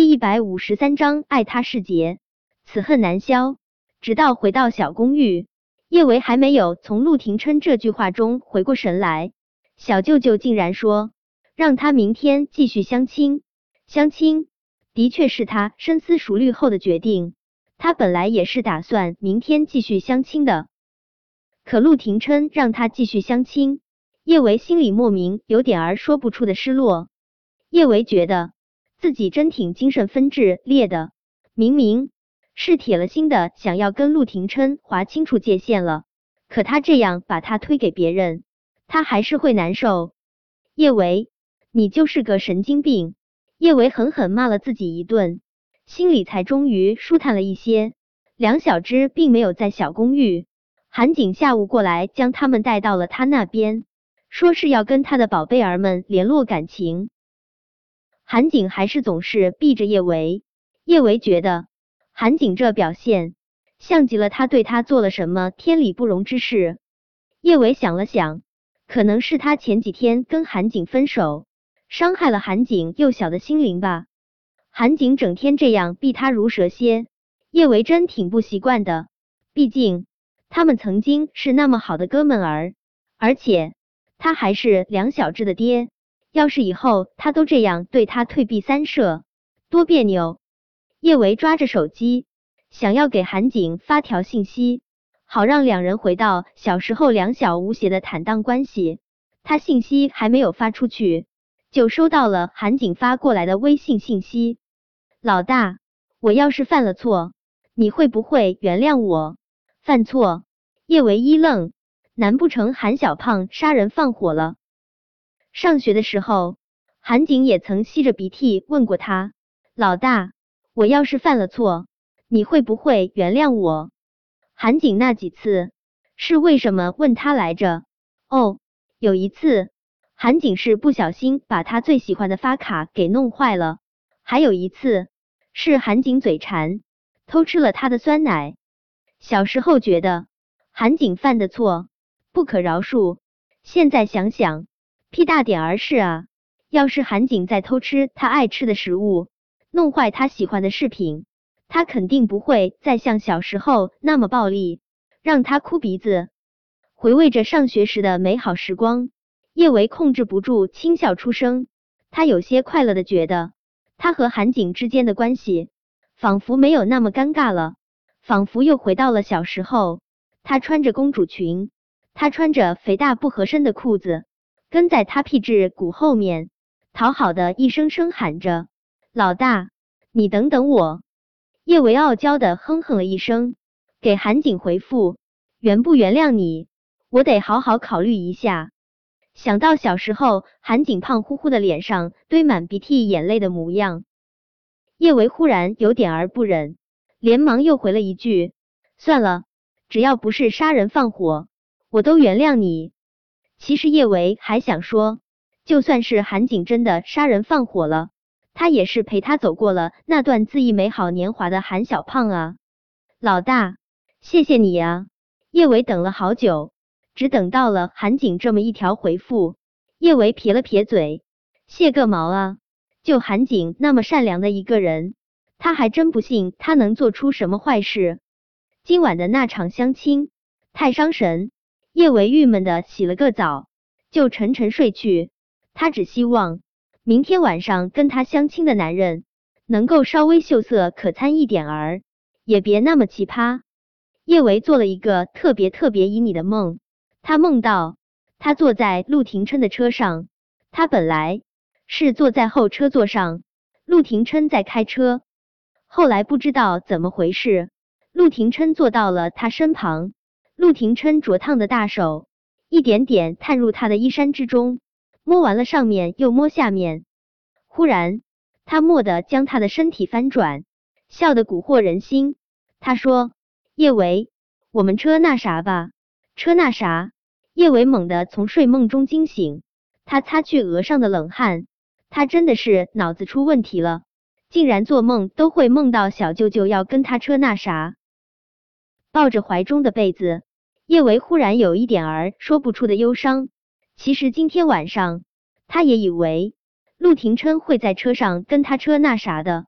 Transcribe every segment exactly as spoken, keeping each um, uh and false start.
一百五十三章爱他是劫，此恨难消。直到回到小公寓，叶维还没有从陆廷琛这句话中回过神来，小舅舅竟然说让他明天继续相亲。相亲的确是他深思熟虑后的决定，他本来也是打算明天继续相亲的。可陆廷琛让他继续相亲，叶维心里莫名有点儿说不出的失落。叶维觉得自己真挺精神分治裂的，明明是铁了心的想要跟陆廷琛划清楚界限了，可他这样把他推给别人，他还是会难受。叶维，你就是个神经病！叶维狠狠骂了自己一顿，心里才终于舒坦了一些。梁小芝并没有在小公寓，韩景下午过来将他们带到了他那边，说是要跟他的宝贝儿们联络感情。韩景还是总是避着叶维，叶维觉得韩景这表现像极了他对他做了什么天理不容之事。叶维想了想，可能是他前几天跟韩景分手，伤害了韩景幼小的心灵吧。韩景整天这样避他如蛇蝎，叶维真挺不习惯的，毕竟他们曾经是那么好的哥们儿，而且他还是梁小芝的爹，要是以后他都这样对他退避三舍，多别扭。叶维抓着手机，想要给韩景发条信息，好让两人回到小时候两小无邪的坦荡关系。他信息还没有发出去，就收到了韩景发过来的微信信息：老大，我要是犯了错，你会不会原谅我？犯错？叶维一愣，难不成韩小胖杀人放火了？上学的时候，韩景也曾吸着鼻涕问过他：老大，我要是犯了错，你会不会原谅我？韩景那几次是为什么问他来着？哦，有一次韩景是不小心把他最喜欢的发卡给弄坏了，还有一次是韩景嘴馋偷吃了他的酸奶。小时候觉得韩景犯的错不可饶恕，现在想想屁大点儿事啊！要是韩景再偷吃他爱吃的食物，弄坏他喜欢的饰品，他肯定不会再像小时候那么暴力，让他哭鼻子。回味着上学时的美好时光，叶维控制不住轻笑出声，他有些快乐的觉得他和韩景之间的关系仿佛没有那么尴尬了，仿佛又回到了小时候。他穿着公主裙，他穿着肥大不合身的裤子，跟在他屁股骨后面，讨好的一声声喊着：老大，你等等我。叶维傲娇的哼哼了一声，给韩景回复：原不原谅你，我得好好考虑一下。想到小时候韩景胖乎乎的脸上堆满鼻涕眼泪的模样，叶维忽然有点儿不忍，连忙又回了一句：算了，只要不是杀人放火，我都原谅你。其实叶维还想说，就算是韩景真的杀人放火了，他也是陪他走过了那段恣意美好年华的韩小胖啊。老大，谢谢你啊。叶维等了好久，只等到了韩景这么一条回复。叶维撇了撇嘴，谢个毛啊，就韩景那么善良的一个人，他还真不信他能做出什么坏事。今晚的那场相亲太伤神，叶维郁闷的洗了个澡，就沉沉睡去。他只希望明天晚上跟他相亲的男人能够稍微秀色可餐一点儿，也别那么奇葩。叶维做了一个特别特别旖旎的梦，他梦到他坐在陆廷琛的车上，他本来是坐在后车座上，陆廷琛在开车，后来不知道怎么回事，陆廷琛坐到了他身旁，陆廷琛灼烫的大手一点点探入他的衣衫之中，摸完了上面又摸下面，忽然他蓦地将他的身体翻转，笑得蛊惑人心。他说：叶维，我们车那啥吧。车那啥？叶维猛地从睡梦中惊醒，他擦去额上的冷汗，他真的是脑子出问题了，竟然做梦都会梦到小舅舅要跟他车那啥。抱着怀中的被子，叶维忽然有一点儿说不出的忧伤。其实今天晚上他也以为陆廷琛会在车上跟他车那啥的，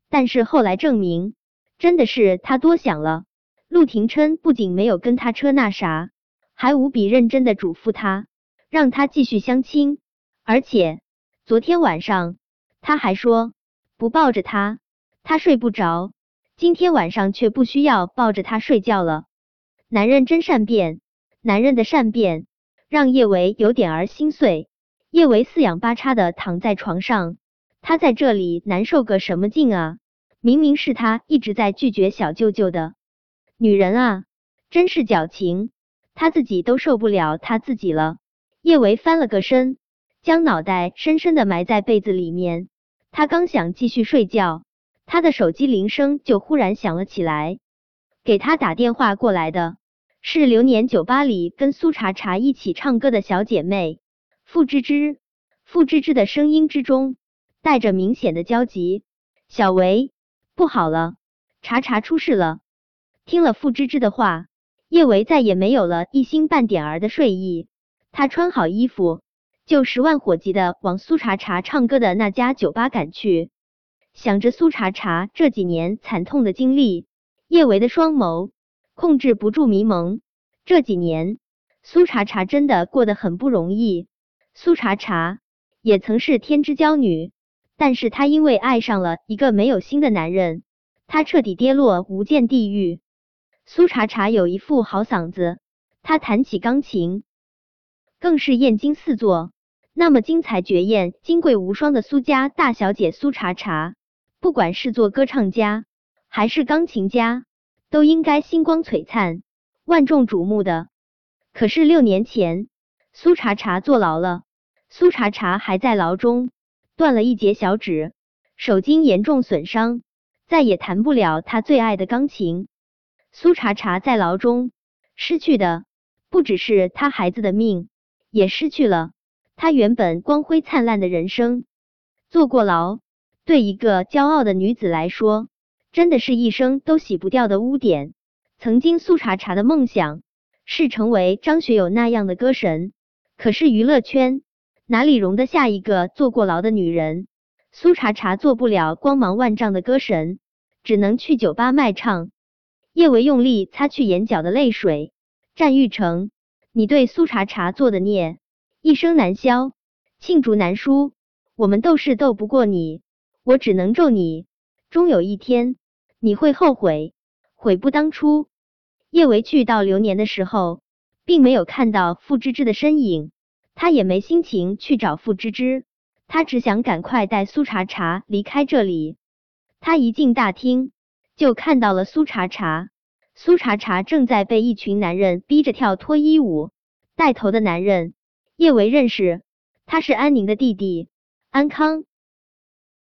但是后来证明，真的是他多想了。陆廷琛不仅没有跟他扯那啥，还无比认真的嘱咐他，让他继续相亲。而且昨天晚上他还说，不抱着他，他睡不着。今天晚上却不需要抱着他睡觉了。男人真善变，男人的善变让叶维有点儿心碎。叶维四仰八叉的躺在床上，他在这里难受个什么劲啊？明明是他一直在拒绝小舅舅的。女人啊，真是矫情，他自己都受不了他自己了。叶维翻了个身，将脑袋深深的埋在被子里面。他刚想继续睡觉，他的手机铃声就忽然响了起来。给他打电话过来的是流年酒吧里跟苏茶茶一起唱歌的小姐妹付芝芝。付芝芝的声音之中带着明显的焦急。小维，不好了，茶茶出事了。听了付芝芝的话，叶维再也没有了一星半点儿的睡意。他穿好衣服，就十万火急的往苏茶茶唱歌的那家酒吧赶去。想着苏茶茶这几年惨痛的经历，叶维的双眸控制不住迷蒙。这几年，苏茶茶真的过得很不容易。苏茶茶也曾是天之娇女，但是她因为爱上了一个没有心的男人，她彻底跌落无间地狱。苏茶茶有一副好嗓子，她弹起钢琴更是艳惊四座。那么精彩绝艳、金贵无双的苏家大小姐苏茶茶，不管是做歌唱家还是钢琴家，都应该星光璀璨、万众瞩目的。可是六年前，苏茶茶坐牢了。苏茶茶还在牢中断了一截小指，手筋严重损伤，再也弹不了她最爱的钢琴。苏茶茶在牢中失去的不只是她孩子的命，也失去了她原本光辉灿烂的人生。坐过牢，对一个骄傲的女子来说，真的是一生都洗不掉的污点。曾经苏茶茶的梦想是成为张学友那样的歌神，可是娱乐圈哪里容得下一个坐过牢的女人？苏茶茶做不了光芒万丈的歌神，只能去酒吧卖唱。叶维用力擦去眼角的泪水。战玉成，你对苏茶茶做的孽，一生难消，罄竹难书。我们斗是斗不过你，我只能咒你，终有一天你会后悔，悔不当初。叶维去到流年的时候，并没有看到付芝芝的身影，他也没心情去找付芝芝，他只想赶快带苏茶茶离开这里。他一进大厅，就看到了苏茶茶。苏茶茶正在被一群男人逼着跳脱衣舞，带头的男人叶维认识，他是安宁的弟弟安康。